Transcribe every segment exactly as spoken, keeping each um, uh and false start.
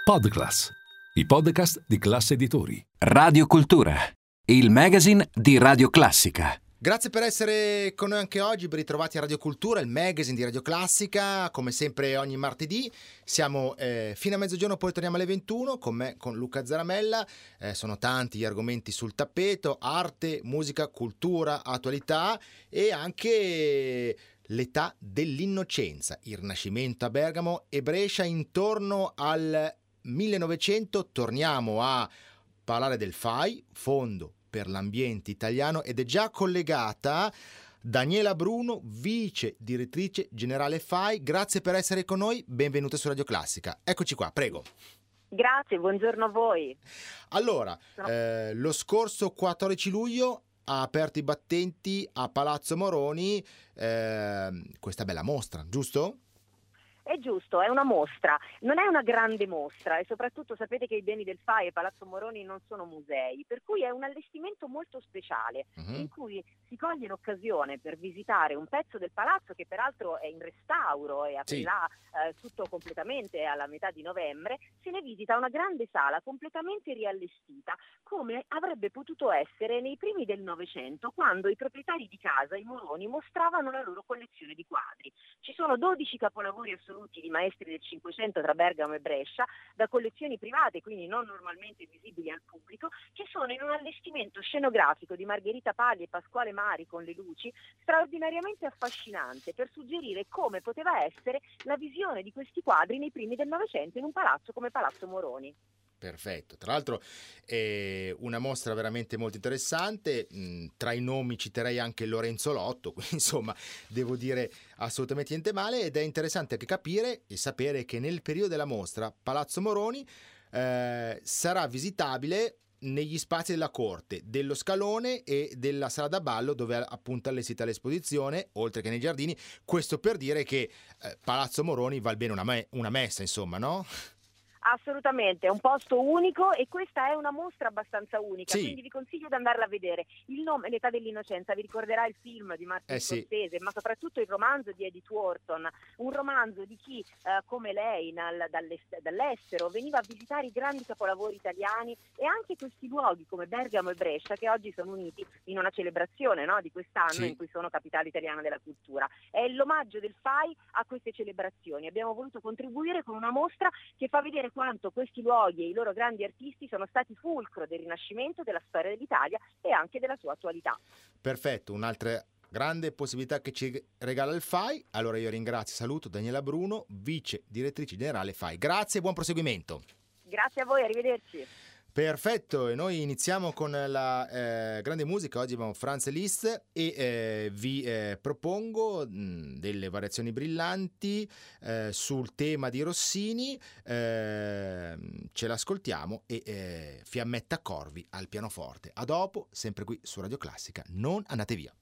Podclass, i podcast di Classe Editori. Radio Cultura, il magazine di Radio Classica. Grazie per essere con noi anche oggi, ben ritrovati a Radio Cultura, il magazine di Radio Classica, come sempre ogni martedì. Siamo eh, fino a mezzogiorno, poi torniamo alle ventuno con me, con Luca Zaramella. Eh, sono tanti gli argomenti sul tappeto: arte, musica, cultura, attualità e anche l'età dell'innocenza, il Rinascimento a Bergamo e Brescia intorno al millenovecento. Torniamo a parlare del F A I, Fondo per l'ambiente italiano, ed è già collegata Daniela Bruno, vice direttrice generale F A I. Grazie per essere con noi, benvenuta su Radio Classica. Eccoci qua, prego. Grazie, buongiorno a voi. Allora, eh, lo scorso quattordici luglio ha aperto i battenti a Palazzo Moroni eh, questa bella mostra, giusto? È giusto, è una mostra, non è una grande mostra e soprattutto sapete che i beni del F A I e Palazzo Moroni non sono musei, per cui è un allestimento molto speciale uh-huh. in cui si coglie l'occasione per visitare un pezzo del palazzo che peraltro è in restauro e aprirà sì. eh, tutto completamente alla metà di novembre. Se ne visita una grande sala completamente riallestita, come avrebbe potuto essere nei primi del Novecento, quando i proprietari di casa, i Moroni, mostravano la loro collezione di quadri. Ci sono dodici capolavori assoluti di maestri del Cinquecento tra Bergamo e Brescia, da collezioni private, quindi non normalmente visibili al pubblico, che sono in un allestimento scenografico di Margherita Pagli e Pasquale Mari con le luci, straordinariamente affascinante, per suggerire come poteva essere la visione di questi quadri nei primi del Novecento in un palazzo come Palazzo Moroni. Perfetto, tra l'altro è una mostra veramente molto interessante. Tra i nomi citerei anche Lorenzo Lotto, quindi insomma devo dire assolutamente niente male, ed è interessante anche capire e sapere che nel periodo della mostra Palazzo Moroni eh, sarà visitabile negli spazi della corte, dello scalone e della sala da ballo, dove appunto allestita l'esposizione, oltre che nei giardini. Questo per dire che eh, Palazzo Moroni val bene una, me- una messa, insomma, no? Assolutamente, è un posto unico e questa è una mostra abbastanza unica, sì. quindi vi consiglio di andarla a vedere. Il nome L'età dell'innocenza vi ricorderà il film di Martin eh Scorsese, sì. ma soprattutto il romanzo di Edith Wharton, un romanzo di chi eh, come lei nal, dall'estero veniva a visitare i grandi capolavori italiani e anche questi luoghi come Bergamo e Brescia, che oggi sono uniti in una celebrazione, no, di quest'anno sì. in cui sono capitale italiana della cultura. È l'omaggio del F A I a queste celebrazioni. Abbiamo voluto contribuire con una mostra che fa vedere quanto questi luoghi e i loro grandi artisti sono stati fulcro del Rinascimento, della storia dell'Italia e anche della sua attualità. Perfetto, un'altra grande possibilità che ci regala il F A I. Allora io ringrazio e saluto Daniela Bruno, vice direttrice generale F A I. Grazie e buon proseguimento. Grazie a voi, arrivederci. Perfetto, e noi iniziamo con la eh, grande musica. Oggi abbiamo Franz Liszt e eh, vi eh, propongo mh, delle variazioni brillanti eh, sul tema di Rossini. Eh, ce l'ascoltiamo e eh, Fiammetta Corvi al pianoforte. A dopo, sempre qui su Radio Classica. Non andate via.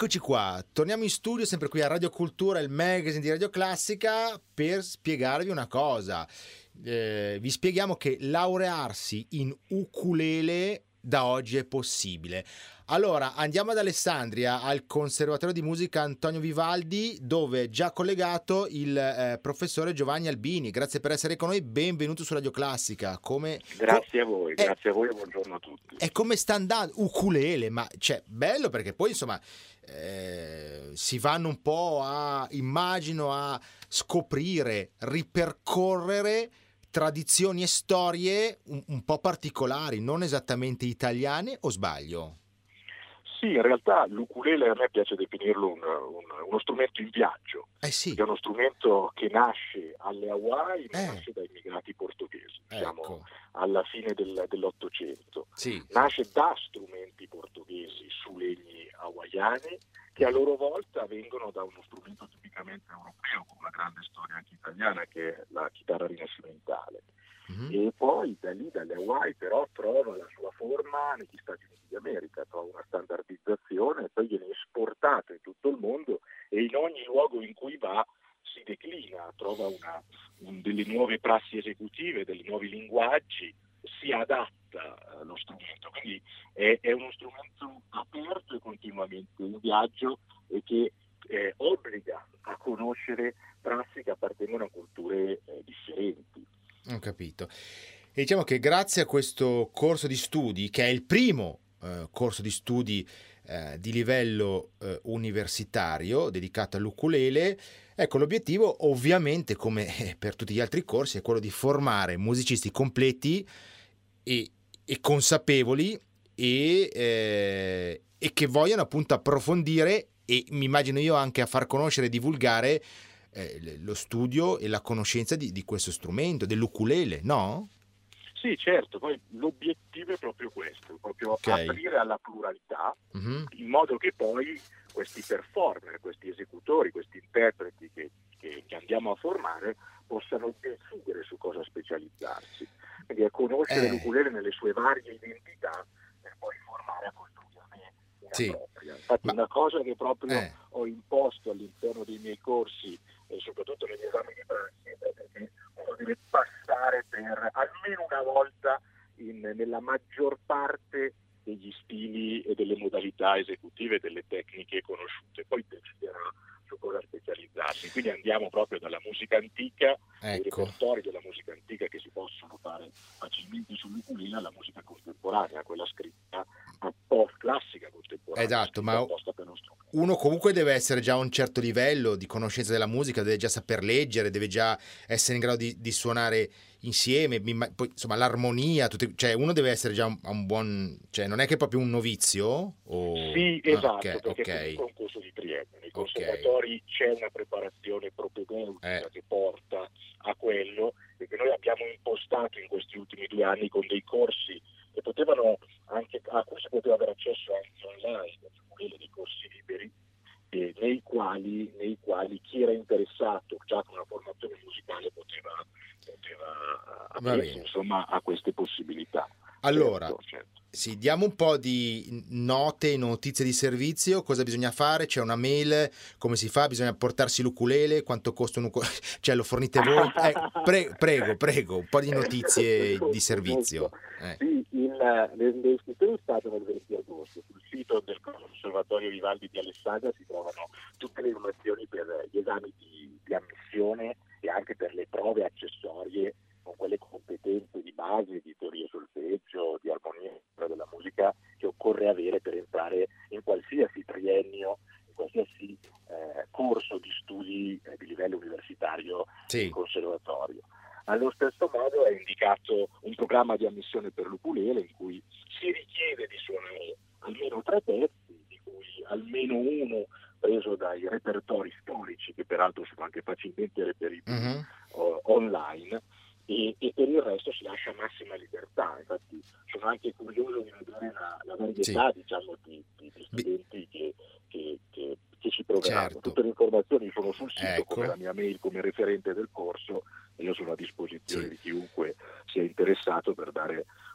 Eccoci qua, torniamo in studio sempre qui a Radio Cultura, il magazine di Radio Classica, per spiegarvi una cosa. Eh, vi spieghiamo che laurearsi in ukulele da oggi è possibile. Allora andiamo ad Alessandria, al Conservatorio di Musica Antonio Vivaldi, dove è già collegato il eh, professore Giovanni Albini. Grazie per essere con noi, benvenuto su Radio Classica. Come, grazie co- a voi, è, grazie a voi e buongiorno a tutti. E come sta andando? Ukulele, ma cioè, bello, perché poi insomma eh, si vanno un po' a, immagino, a scoprire, ripercorrere tradizioni e storie un, un po' particolari, non esattamente italiane, o sbaglio? Sì, in realtà l'ukulele a me piace definirlo un, un, uno strumento in viaggio. Eh sì. È uno strumento che nasce alle Hawaii, ma Eh. nasce da immigrati portoghesi. Ecco. Siamo alla fine del, dell'Ottocento. Sì. Nasce da strumenti portoghesi su legni hawaiani, che a loro volta vengono da uno strumento tipicamente europeo, con una grande storia anche italiana, che è la chitarra rinascimentale. Mm-hmm. E poi da lì, dalle Hawaii, però trova la sua forma negli Stati Uniti d'America, trova una standardizzazione e poi viene esportato in tutto il mondo, e in ogni luogo in cui va si declina, trova una, un, delle nuove prassi esecutive, dei nuovi linguaggi, si adatta allo strumento. Quindi è, è uno strumento aperto e continuamente in viaggio, e che eh, obbliga a conoscere prassi che appartengono a culture eh, differenti. Ho capito. E diciamo che grazie a questo corso di studi, che è il primo eh, corso di studi eh, di livello eh, universitario dedicato all'ukulele, ecco, l'obiettivo ovviamente, come per tutti gli altri corsi, è quello di formare musicisti completi e, e consapevoli e, eh, e che vogliono appunto approfondire, e mi immagino io anche a far conoscere e divulgare Eh, lo studio e la conoscenza di, di questo strumento, dell'ukulele, no? Sì, certo, poi l'obiettivo è proprio questo, proprio Okay. aprire alla pluralità, Mm-hmm. in modo che poi questi performer, questi esecutori, questi interpreti che, che, che andiamo a formare possano decidere su cosa specializzarsi. Quindi è conoscere Eh. l'ukulele nelle sue varie identità per poi formare a costruirne una Sì. propria. Infatti Ma- una cosa che proprio Eh. ho imposto all'interno dei miei corsi, e soprattutto negli esami di prassi, è perché uno deve passare per almeno una volta in, nella maggior parte degli stili e delle modalità esecutive, delle tecniche conosciute, poi deciderà su cosa specializzarsi. Quindi andiamo proprio dalla musica antica, ai Ecco. repertori della musica antica che si possono fare facilmente sull'ukulele, alla musica contemporanea, quella scritta a post classica contemporanea. Esatto, ma apposta per lo strumento. uno comunque deve essere già a un certo livello di conoscenza della musica, deve già saper leggere, deve già essere in grado di, di suonare insieme, mi imma- poi insomma l'armonia, tutte- cioè uno deve essere già un, un buon, cioè non è che è proprio un novizio? O... Sì, Ah, esatto, ok, perché ok. comunque è un corso di triennio. Nei Ok. conservatori c'è una preparazione propedeutica Eh. che porta a quello, e che noi abbiamo impostato in questi ultimi due anni con dei corsi che potevano anche, a cui si poteva avere accesso anche online, quelli dei corsi liberi, eh, nei quali, nei quali chi era interessato già con una formazione musicale poteva, poteva Va aprirsi, bene. insomma, a queste possibilità. Allora, Certo, certo. sì, diamo un po' di note, notizie di servizio, cosa bisogna fare, c'è una mail, come si fa, bisogna portarsi l'ukulele, quanto costa un ukulele, cioè lo fornite voi? Eh, pre- prego, prego, un po' di notizie di servizio. Eh. Sì, il, le, le iscrizioni scadono il venti agosto. Sul sito del Conservatorio Vivaldi di Alessandria si trovano tutte le informazioni per gli esami di, di ammissione e anche per le prove accessorie, con quelle competenze di base, di teoria solfeggio, di armonia della musica che occorre avere per entrare in qualsiasi triennio, in qualsiasi eh, corso di studi eh, di livello universitario Sì. in conservatorio. Allo stesso modo è indicato un programma di ammissione per l'ukulele in cui si richiede di suonare almeno tre pezzi, di cui almeno uno preso dai repertori storici, che peraltro sono anche facilmente reperibili Mhm. o- online, e, e per il resto si lascia massima libertà. Infatti sono anche curioso di vedere la, la varietà, diciamo, di, di, di studenti che, che, che, che ci proveranno. Certo. Tutte le informazioni sono sul sito, Ecco. come la mia mail, come referente del corso, e io sono a disposizione Sì. di chiunque sia interessato per dare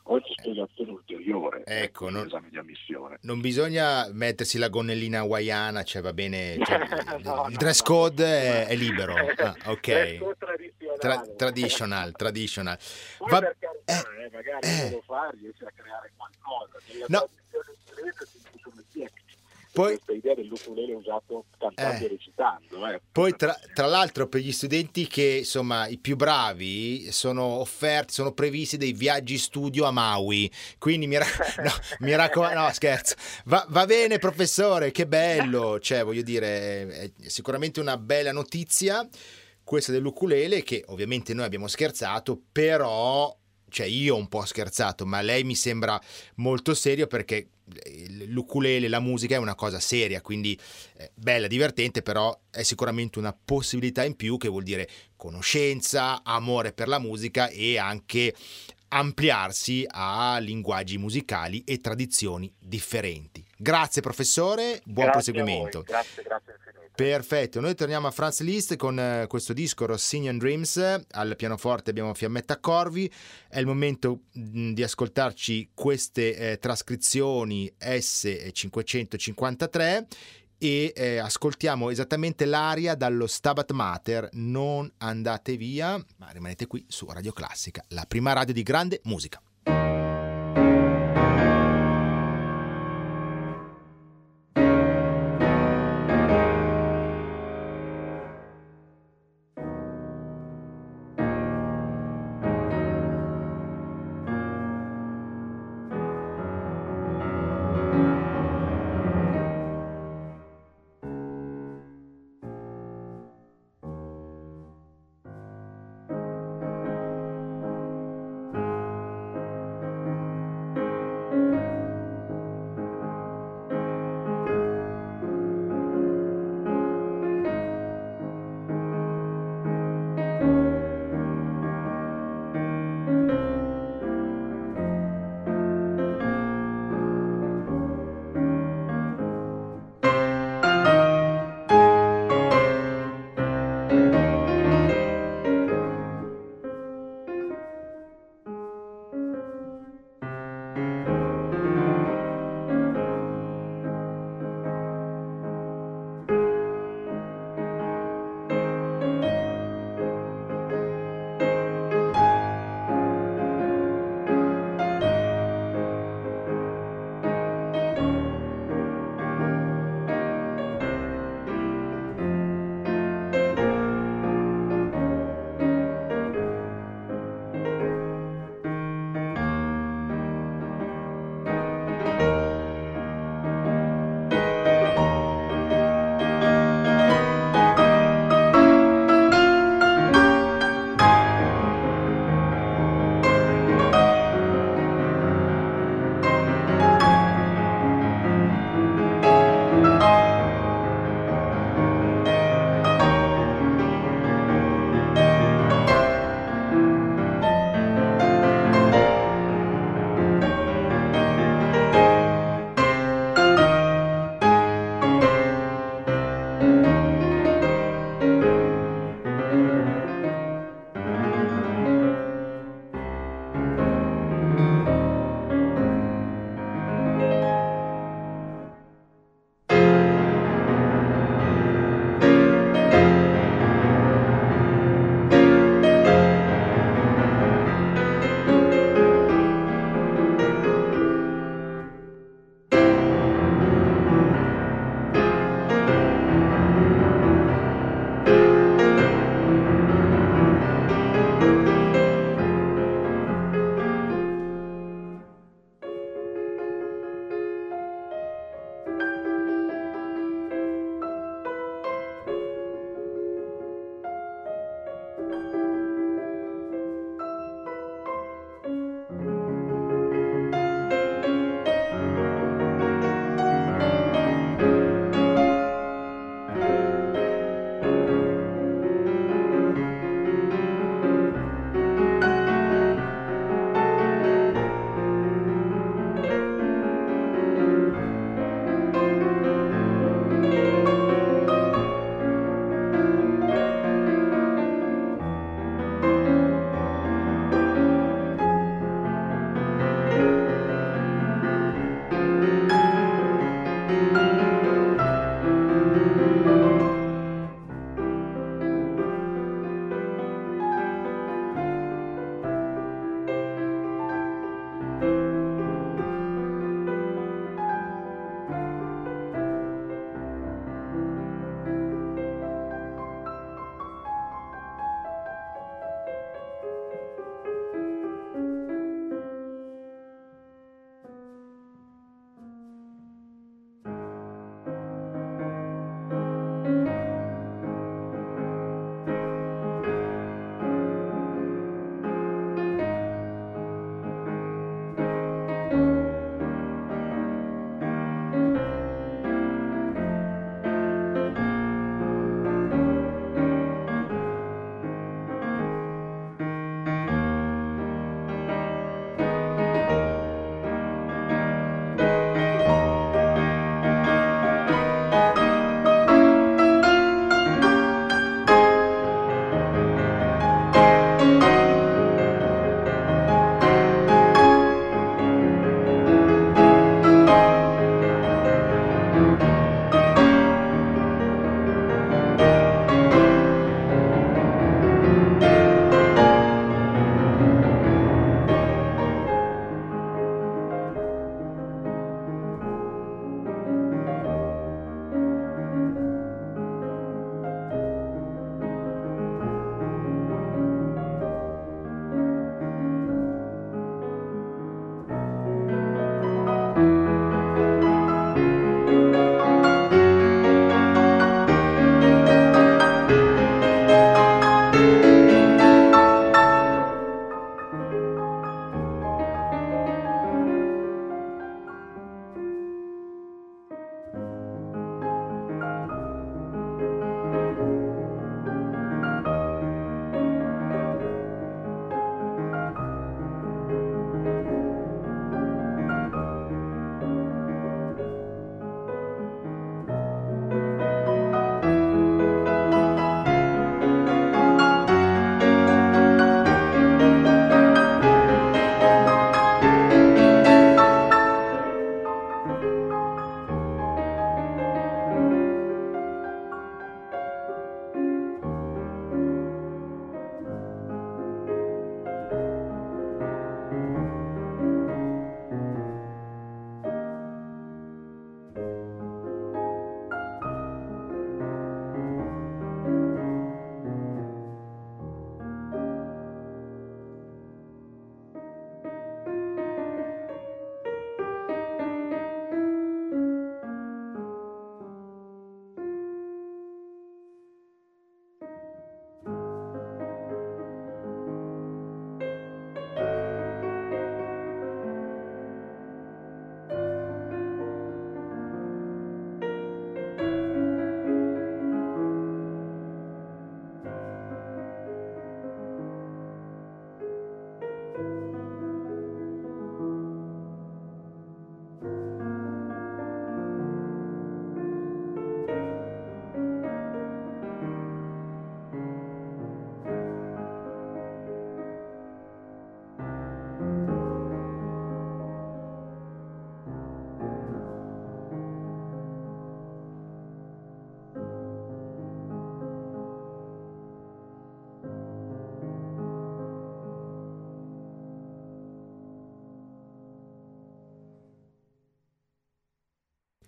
ogni spiegazione ulteriore, ecco, non, l'esame di ammissione. Non bisogna mettersi la gonnellina hawaiana, cioè va bene, cioè, no, il dress code no, è, è libero. Ah, ok. Dress code tradizionale. Tra, traditional, traditional. Poi Va, per carità, eh, eh, magari eh, lo fa, riesce a creare qualcosa. Nella no. tradizione inglese si sono i tecnici. Poi, questa idea dell'ukulele usato cantando eh, e recitando. Eh. Poi tra, tra l'altro per gli studenti che insomma i più bravi sono offerti, sono previsti dei viaggi studio a Maui, quindi mi, rac- no, mi raccomando, no scherzo, va, va bene professore, che bello, cioè voglio dire è sicuramente una bella notizia questa dell'ukulele, che ovviamente noi abbiamo scherzato, però cioè io ho un po' scherzato, ma lei mi sembra molto serio, perché l'ukulele, la musica è una cosa seria, quindi eh, bella, divertente, però è sicuramente una possibilità in più, che vuol dire conoscenza, amore per la musica e anche ampliarsi a linguaggi musicali e tradizioni differenti. Grazie professore, buon grazie proseguimento. A voi. Grazie, grazie infinito. Perfetto, noi torniamo a Franz Liszt con eh, questo disco Rossinian Dreams. Al pianoforte abbiamo Fiammetta Corvi. È il momento mh, di ascoltarci queste eh, trascrizioni S cinquecentocinquantatré e eh, ascoltiamo esattamente l'aria dallo Stabat Mater, Non andate via, ma rimanete qui su Radio Classica, la prima radio di grande musica.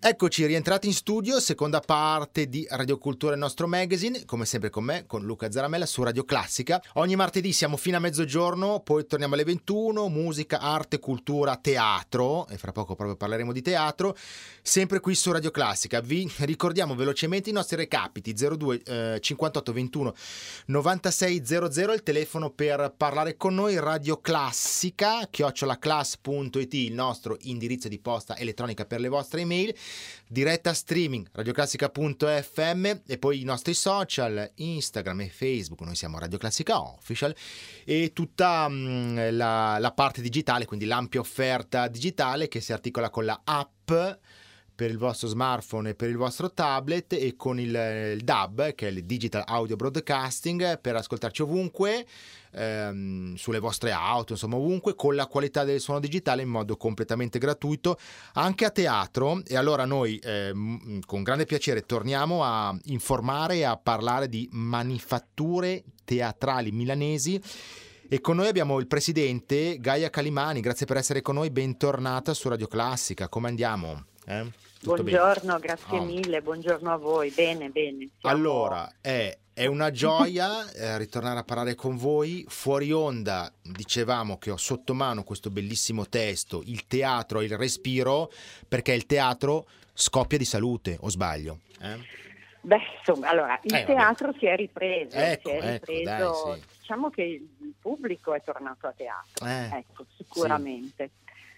Eccoci, rientrati in studio, seconda parte di Radio Cultura, il nostro magazine, come sempre con me, con Luca Zaramella su Radio Classica. Ogni martedì siamo fino a mezzogiorno, poi torniamo alle ventuno, musica, arte, cultura, teatro, e fra poco proprio parleremo di teatro, sempre qui su Radio Classica. Vi ricordiamo velocemente i nostri recapiti: zero due eh, cinquantotto ventuno novantasei zero zero, il telefono per parlare con noi, Radio Classica, chiocciolaclass punto it, il nostro indirizzo di posta elettronica per le vostre email, diretta streaming radioclassica punto effe emme, e poi i nostri social Instagram e Facebook, noi siamo Radio Classica Official, e tutta mh, la, la parte digitale, quindi l'ampia offerta digitale che si articola con la app per il vostro smartphone e per il vostro tablet, e con il, il D A B, che è il Digital Audio Broadcasting, per ascoltarci ovunque, ehm, sulle vostre auto, insomma ovunque, con la qualità del suono digitale in modo completamente gratuito, anche a teatro. E allora noi eh, con grande piacere torniamo a informare e a parlare di manifatture teatrali milanesi, e con noi abbiamo il presidente Gaia Calimani. Grazie per essere con noi, bentornata su Radio Classica. Come andiamo? Eh? Tutto Buongiorno, bene? grazie Oh. mille, buongiorno a voi. Bene, bene. Siamo... Allora, è, è una gioia eh, ritornare a parlare con voi. Fuori onda dicevamo che ho sotto mano questo bellissimo testo, Il teatro e il respiro, perché il teatro scoppia di salute, o sbaglio? Eh? Beh, insomma, allora, il Eh, teatro vabbè. si è ripreso, Ecco, si è ecco, ripreso, dai, sì. Diciamo che il pubblico è tornato a teatro, Eh, ecco, sicuramente.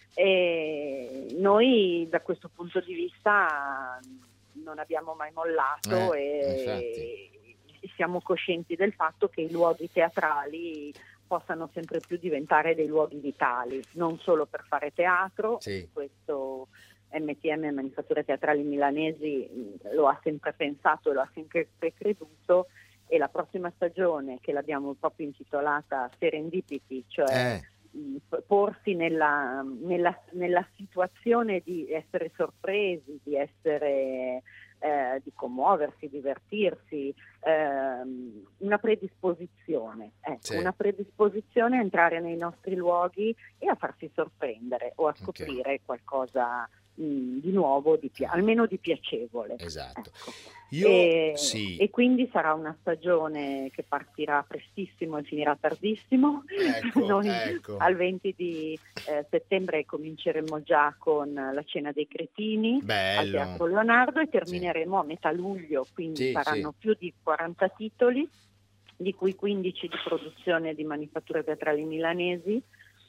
E noi da questo punto di vista non abbiamo mai mollato, Eh, e, e siamo coscienti del fatto che i luoghi teatrali possano sempre più diventare dei luoghi vitali, non solo per fare teatro. Sì. Questo emme ti emme, Manifatture Teatrali Milanesi, lo ha sempre pensato e lo ha sempre creduto, e la prossima stagione, che l'abbiamo proprio intitolata Serendipity, cioè Eh. porsi nella, nella, nella situazione di essere sorpresi, di essere eh, di commuoversi, divertirsi, ehm, una predisposizione, ecco, Sì. una predisposizione a entrare nei nostri luoghi e a farsi sorprendere o a scoprire Ok. qualcosa mh, di nuovo, di pi- almeno di piacevole. Esatto. Ecco. Io e, sì. e quindi sarà una stagione che partirà prestissimo e finirà tardissimo. Ecco, Noi ecco. al venti di eh, settembre cominceremo già con la Cena dei Cretini al Bello. Teatro Leonardo, e termineremo a metà luglio, quindi Sì, saranno sì. più di quaranta titoli, di cui quindici di produzione di Manifatture Teatrali Milanesi,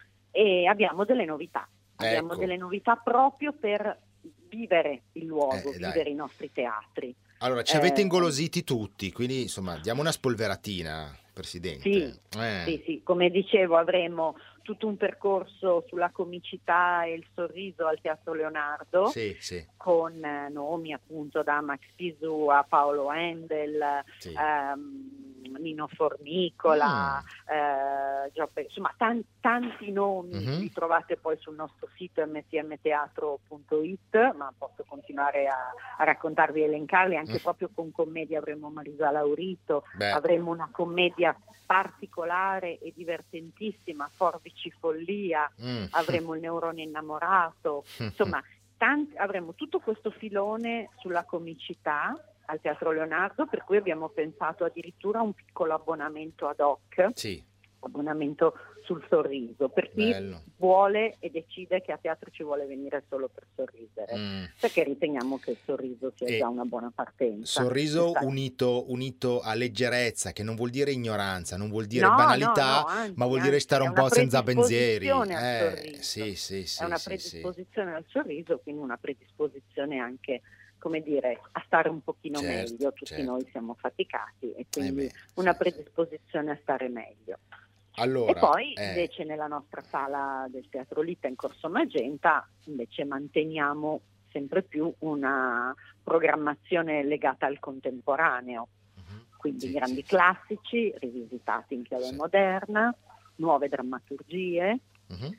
e abbiamo delle novità. Abbiamo Ecco. delle novità proprio per vivere il luogo, Eh, dai. vivere i nostri teatri. Allora, ci avete Eh, ingolositi tutti, quindi insomma diamo una spolveratina, Presidente. Sì, Eh. sì, sì, come dicevo avremo tutto un percorso sulla comicità e il sorriso al Teatro Leonardo, Sì, sì, con eh, nomi appunto da Max Pisu a Paolo Endel, sì. ehm, Nino Formicola, Mm. eh, Gioppe- insomma tan- tanti nomi. Mhm. Li trovate poi sul nostro sito emme ti emme teatro punto it, ma posso continuare a, a raccontarvi e elencarli anche Mm. proprio con commedia. Avremo Marisa Laurito, Beh, avremo una commedia particolare e divertentissima, Forbici Follia, mm. avremo Il Neurone Innamorato, insomma tanti, avremo tutto questo filone sulla comicità al Teatro Leonardo, per cui abbiamo pensato addirittura a un piccolo abbonamento ad hoc, Sì, abbonamento sul sorriso, per chi bello. vuole e decide che a teatro ci vuole venire solo per sorridere, Mm. perché riteniamo che il sorriso sia E già una buona partenza. Sorriso Questa- unito, unito a leggerezza, che non vuol dire ignoranza, non vuol dire No, banalità, no, no, anzi, ma vuol dire anzi, stare è un una po' senza pensieri. predisposizione al Eh, sorriso. sì, sì, sì, è una sì, sì. predisposizione al sorriso, quindi una predisposizione anche, come dire, a stare un pochino Certo, meglio. Tutti certo. noi siamo faticati, e quindi Eh beh, una sì, predisposizione a stare meglio. Allora, E poi eh, invece nella nostra sala del Teatro Lita in Corso Magenta invece manteniamo sempre più una programmazione legata al contemporaneo, mhm, quindi sì, grandi sì, sì. classici rivisitati in chiave Sì. moderna, nuove drammaturgie. Mhm.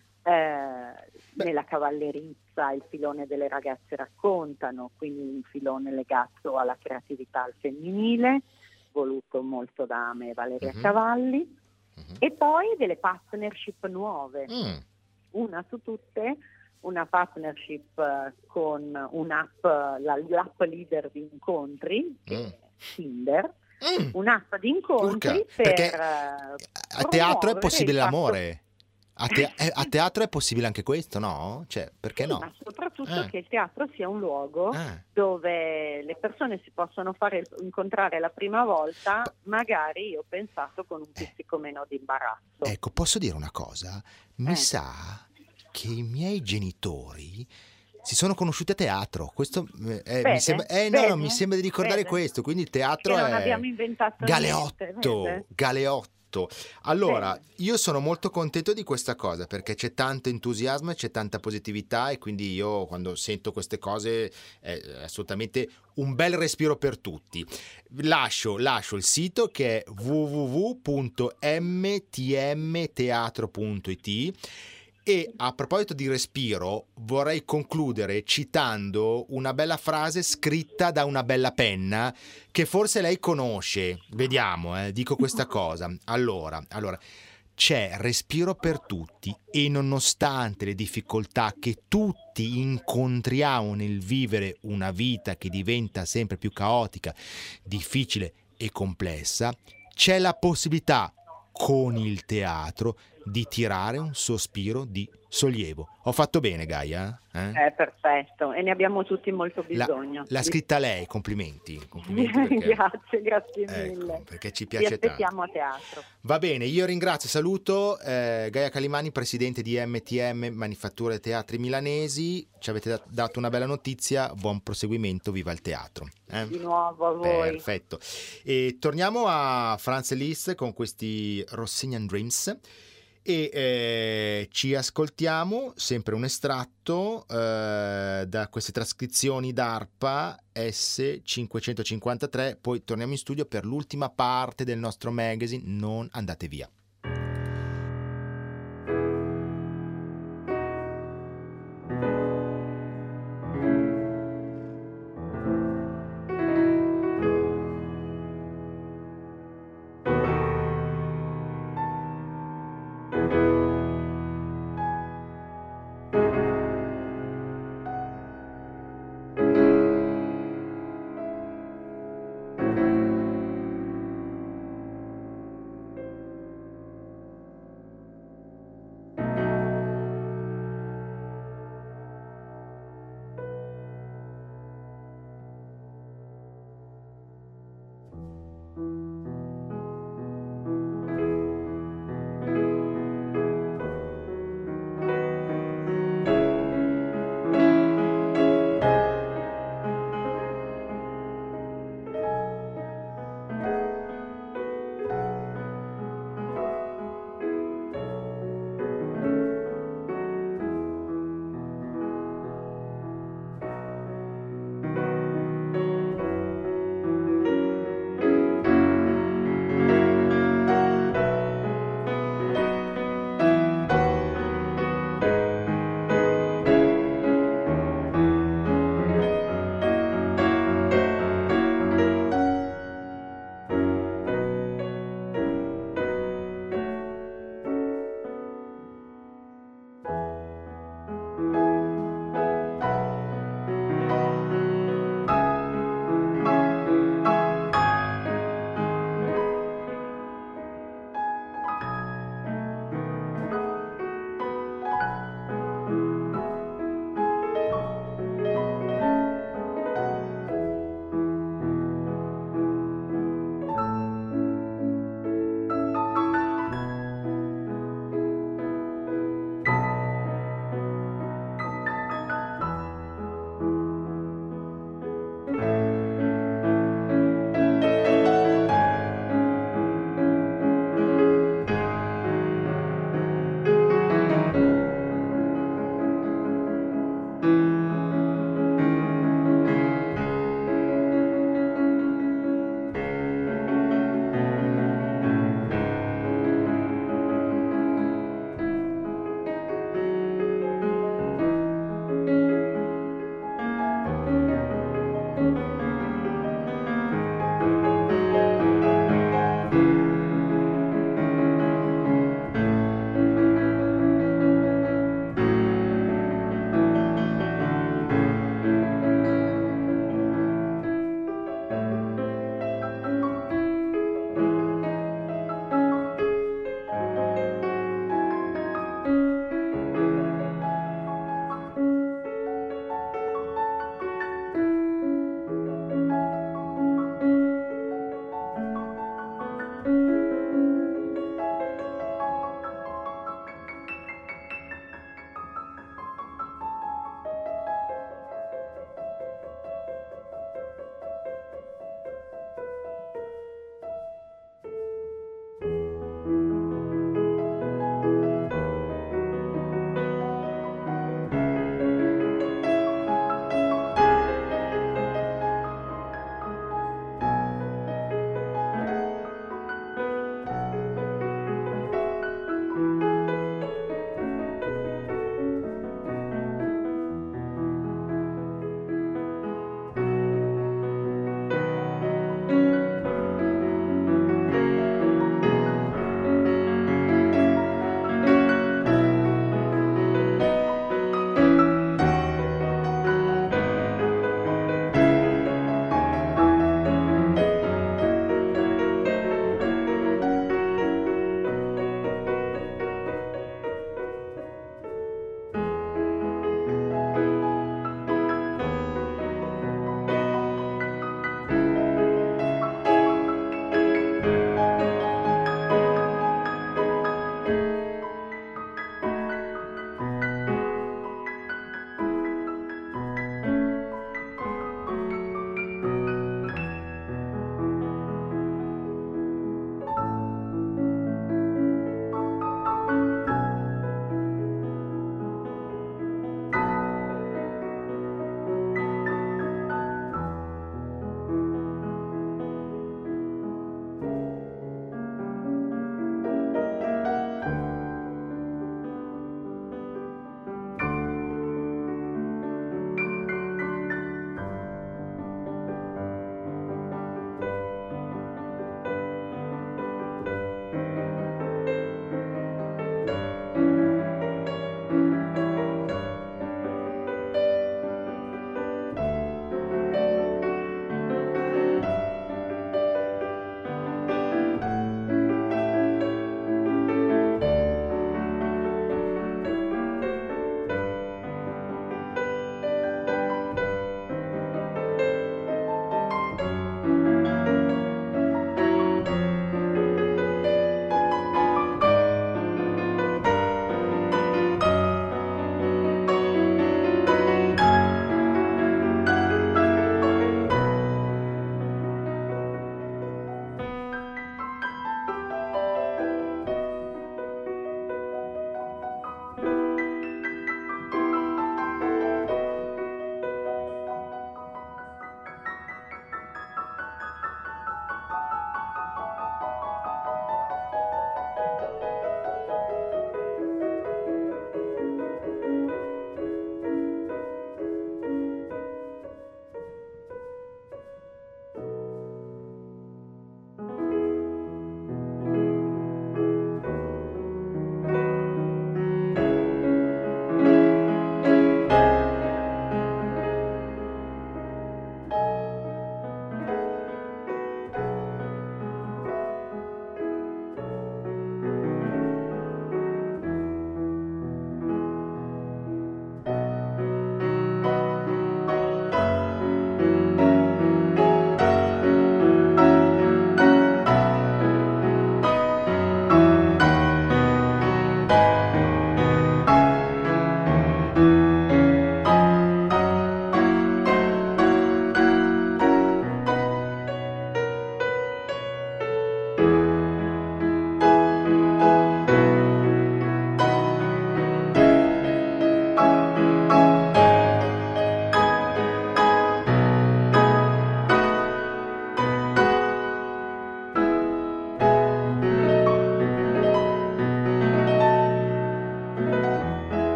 Eh, Beh. nella cavallerizza il filone delle ragazze raccontano, quindi un filone legato alla creatività al femminile, voluto molto da me e Valeria Mhm. Cavalli, Mhm. e poi delle partnership nuove, Mm. una su tutte una partnership eh, con un'app, la, l'app leader di incontri, che Mm. è Tinder, Mm. un'app di incontri Urca, per perché eh, a teatro è promuovere possibile il fatto- l'amore. A, te- eh, a teatro è possibile anche questo, no? Cioè, perché Sì, no? ma soprattutto Eh. che il teatro sia un luogo Eh. dove le persone si possono fare incontrare la prima volta, magari io ho pensato con un pizzico meno di imbarazzo. Ecco, posso dire una cosa? Mi Eh. sa che i miei genitori si sono conosciuti a teatro. Questo eh, eh, mi Vede? sembra, eh, no, no, Vede? mi sembra di ricordare Vede? questo. Quindi il teatro Che non è abbiamo inventato Galeotto, niente, vede? Galeotto. Allora, Bene. io sono molto contento di questa cosa perché c'è tanto entusiasmo e c'è tanta positività e quindi io quando sento queste cose è assolutamente un bel respiro per tutti. Lascio, lascio il sito che è w w w punto m t m teatro punto i t. E a proposito di respiro, vorrei concludere citando una bella frase scritta da una bella penna che forse lei conosce. Vediamo, eh, dico questa cosa. Allora, allora, c'è respiro per tutti e nonostante le difficoltà che tutti incontriamo nel vivere una vita che diventa sempre più caotica, difficile e complessa, c'è la possibilità con il teatro di tirare un sospiro di sollievo. Ho fatto bene, Gaia? Eh? È perfetto e ne abbiamo tutti molto La- bisogno. L'ha scritta lei, complimenti. complimenti perché, Grazie, grazie ecco, mille. perché ci Ti piace tanto. aspettiamo a teatro. Va bene, io ringrazio, saluto eh, Gaia Calimani, presidente di M T M Manifatture Teatri Milanesi. Ci avete dat- dato una bella notizia, buon proseguimento, viva il teatro. eh? Di nuovo a voi. Perfetto. E torniamo a Franz Liszt con questi Rossinian Dreams e eh, ci ascoltiamo sempre un estratto eh, da queste trascrizioni d'arpa S cinquecentocinquantatré, poi torniamo in studio per l'ultima parte del nostro magazine, non andate via.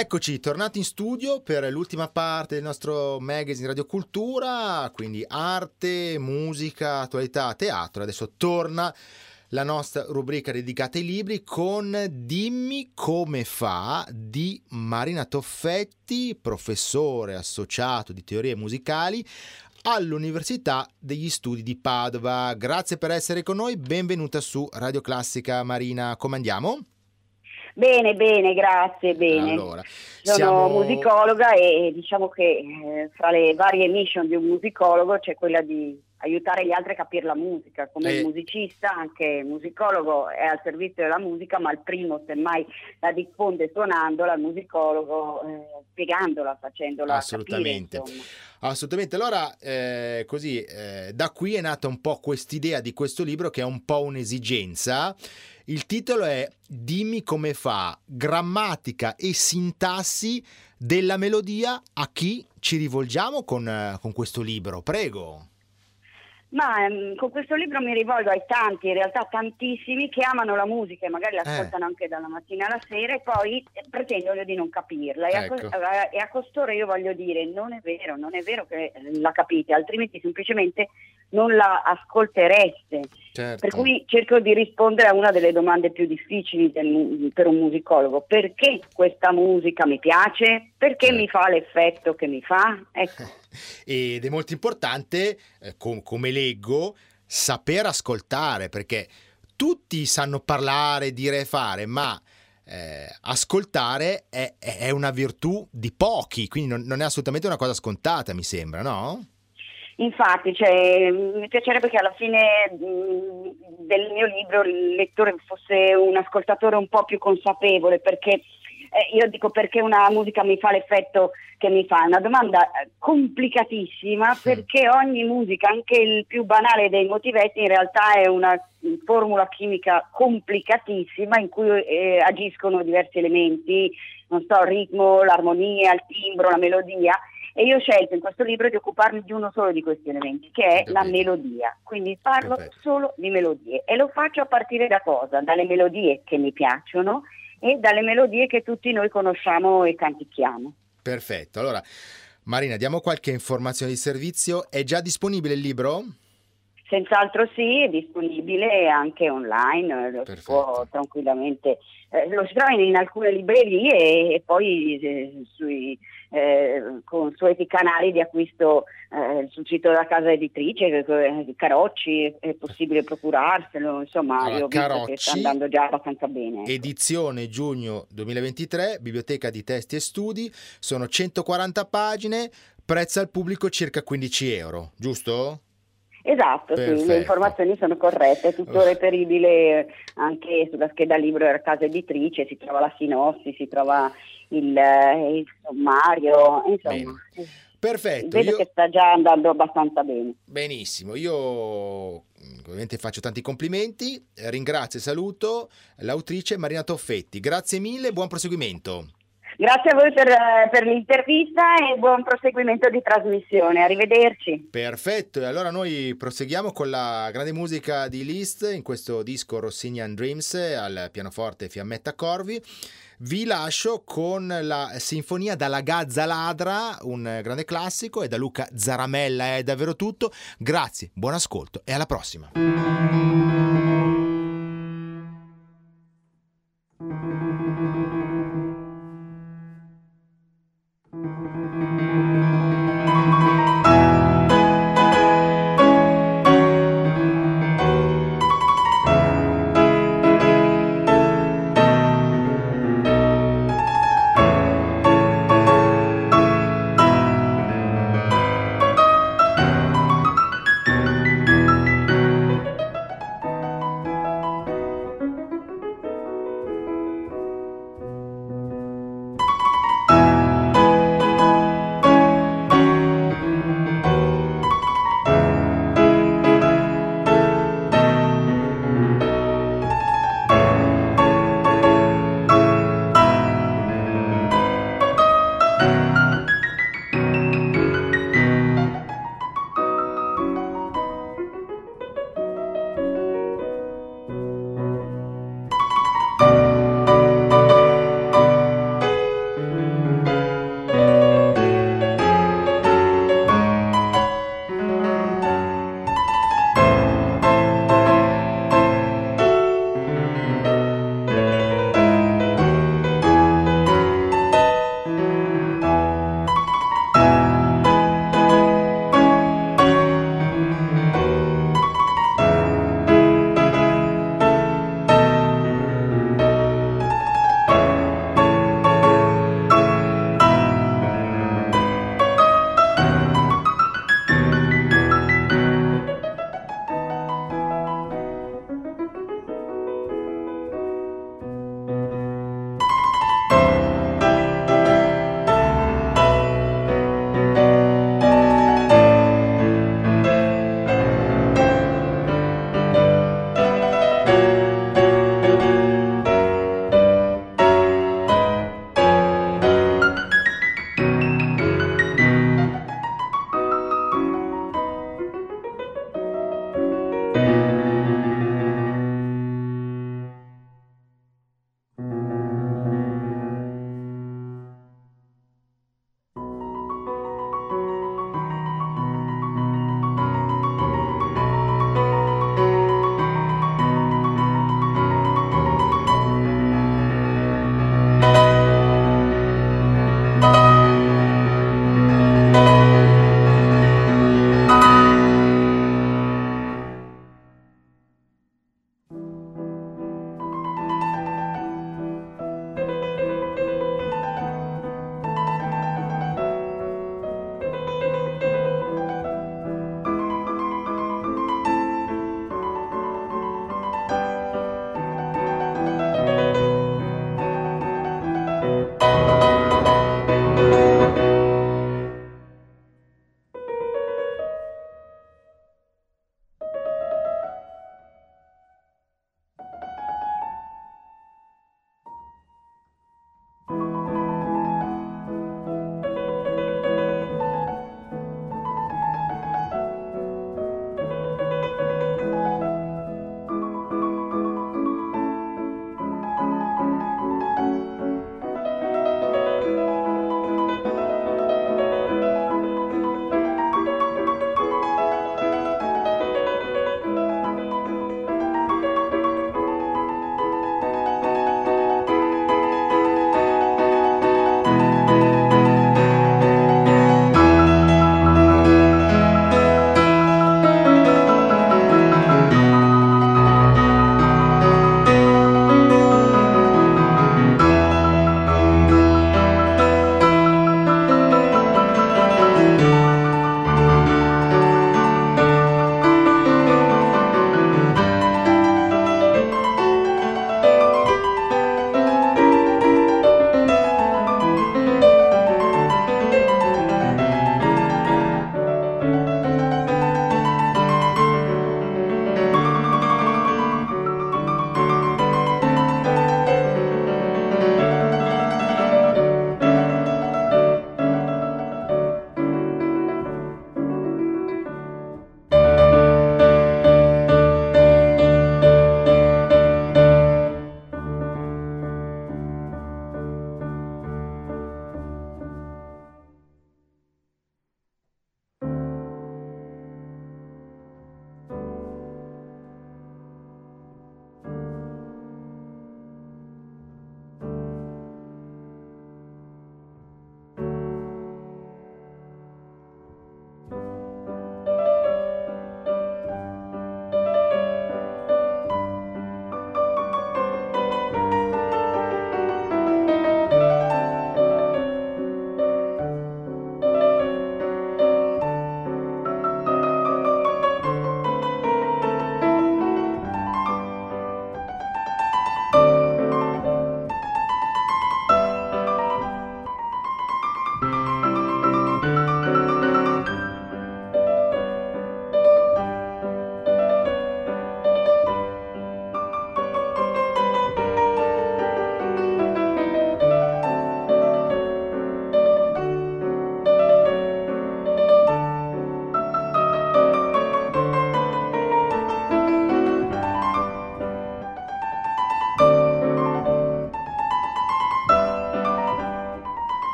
Eccoci, tornati in studio per l'ultima parte del nostro magazine Radio Cultura, quindi arte, musica, attualità, teatro. Adesso torna la nostra rubrica dedicata ai libri con Dimmi come fa di Marina Toffetti, professore associato di teorie musicali all'Università degli Studi di Padova. Grazie per essere con noi, benvenuta su Radio Classica. Marina, come andiamo? Bene, bene, grazie, bene. Allora, sono siamo... musicologa e diciamo che eh, fra le varie mission di un musicologo c'è quella di aiutare gli altri a capire la musica. Come Eh. il musicista, anche il musicologo è al servizio della musica, ma il primo semmai la diffonde suonandola, il musicologo eh, spiegandola, facendola Assolutamente. capire, insomma. Assolutamente, allora eh, così eh, da qui è nata un po' quest'idea di questo libro che è un po' un'esigenza. Il titolo è Dimmi come fa, grammatica e sintassi della melodia. A chi ci rivolgiamo con, eh, con questo libro? Prego. Ma ehm, con questo libro mi rivolgo ai tanti, in realtà tantissimi, che amano la musica e magari l'ascoltano Eh. anche dalla mattina alla sera e poi eh, pretendono di non capirla. E, Ecco. a, co- a- e a costoro io voglio dire, non è vero, non è vero che la capite, altrimenti semplicemente non la ascoltereste. Certo. Per cui cerco di rispondere a una delle domande più difficili del mu- per un musicologo. Perché questa musica mi piace? Perché Certo. mi fa l'effetto che mi fa? Ecco. Ed è molto importante, eh, com- come leggo, saper ascoltare, perché tutti sanno parlare, dire e fare, ma eh, ascoltare è, è una virtù di pochi, quindi non, non è assolutamente una cosa scontata, mi sembra, no? Infatti, cioè, mi piacerebbe che alla fine mh, del mio libro il lettore fosse un ascoltatore un po' più consapevole, perché eh, io dico perché una musica mi fa l'effetto che mi fa. È una domanda complicatissima, perché ogni musica, anche il più banale dei motivetti, in realtà è una formula chimica complicatissima in cui eh, agiscono diversi elementi, non so, il ritmo, l'armonia, il timbro, la melodia. E io ho scelto in questo libro di occuparmi di uno solo di questi elementi, che è Capito. la melodia. Quindi parlo Perfetto. solo di melodie e lo faccio a partire da cosa? Dalle melodie che mi piacciono e dalle melodie che tutti noi conosciamo e cantichiamo. Perfetto, allora Marina, diamo qualche informazione di servizio. È già disponibile il libro? Senz'altro sì, è disponibile anche online, lo si Perfetto. può tranquillamente, eh, lo si trova in, in alcune librerie e, e poi eh, sui eh, consueti canali di acquisto eh, sul sito della casa editrice, eh, Carocci, è, è possibile procurarselo, insomma Allora, io ho visto Carocci, che sta andando già abbastanza bene. ecco. Edizione giugno duemilaventitré, Biblioteca di Testi e Studi, sono centoquaranta pagine, prezzo al pubblico circa quindici euro, giusto? Esatto, sì, Perfetto. le informazioni sono corrette, è tutto Uff. reperibile anche sulla scheda libro della casa editrice, si trova la sinossi, si trova il, eh, il sommario, insomma. Perfetto, Vedo io... che sta già andando abbastanza bene. Benissimo, io ovviamente faccio tanti complimenti, ringrazio e saluto l'autrice Marina Toffetti, grazie mille, buon proseguimento. Grazie a voi per, per l'intervista e buon proseguimento di trasmissione, arrivederci. Perfetto, e allora noi proseguiamo con la grande musica di Liszt in questo disco Rossinian Dreams al pianoforte Fiammetta Corvi. Vi lascio con la sinfonia dalla Gazza Ladra, un grande classico, e da Luca Zaramella è davvero tutto. Grazie, buon ascolto e alla prossima.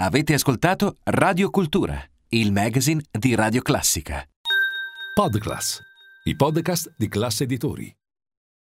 Avete ascoltato Radio Cultura, il magazine di Radio Classica. Podclass, i podcast di Classe Editori.